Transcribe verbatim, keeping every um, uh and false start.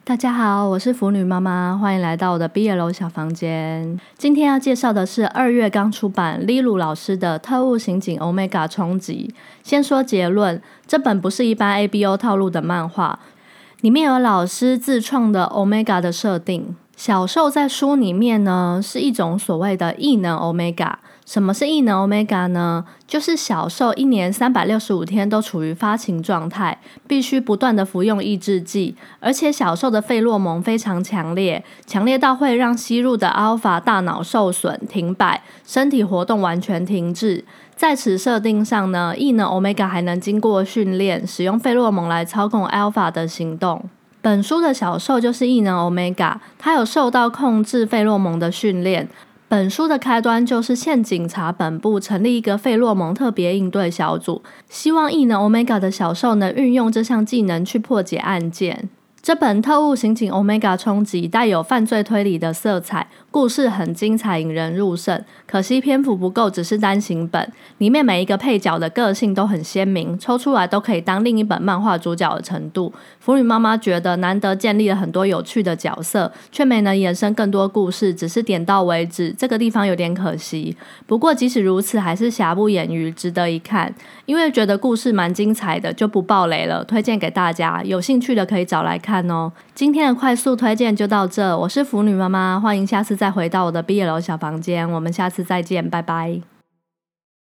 大家好，我是腐女妈妈，欢迎来到我的 B L 小房间。今天要介绍的是二月刚出版 Lilu 老师的特务刑警 Omega 冲击。先说结论，这本不是一般 A B O 套路的漫画，里面有老师自创的 Omega 的设定。小受在书里面呢，是一种所谓的异能 Omega。什么是异能 Omega 呢？就是小受一年三百六十五天都处于发情状态，必须不断的服用抑制剂，而且小受的费洛蒙非常强烈，强烈到会让吸入的 Alpha 大脑受损、停摆，身体活动完全停滞。在此设定上呢，异能 Omega 还能经过训练，使用费洛蒙来操控 Alpha 的行动。本书的小受就是异能 Omega， 他有受到控制费洛蒙的训练。本书的开端就是县警察本部成立一个费洛蒙特别应对小组，希望异能 Omega 的小受能运用这项技能去破解案件。这本特务刑警 Omega 冲击带有犯罪推理的色彩，故事很精彩引人入胜，可惜篇幅不够，只是单行本，里面每一个配角的个性都很鲜明，抽出来都可以当另一本漫画主角的程度。腐女妈妈觉得难得建立了很多有趣的角色，却没能延伸更多故事，只是点到为止，这个地方有点可惜。不过即使如此，还是瑕不掩瑜，值得一看。因为觉得故事蛮精彩的，就不爆雷了，推荐给大家，有兴趣的可以找来看哦。今天的快速推荐就到这，我是腐女妈妈，欢迎下次再回到我的 B L 小房间，我们下次再见，拜拜。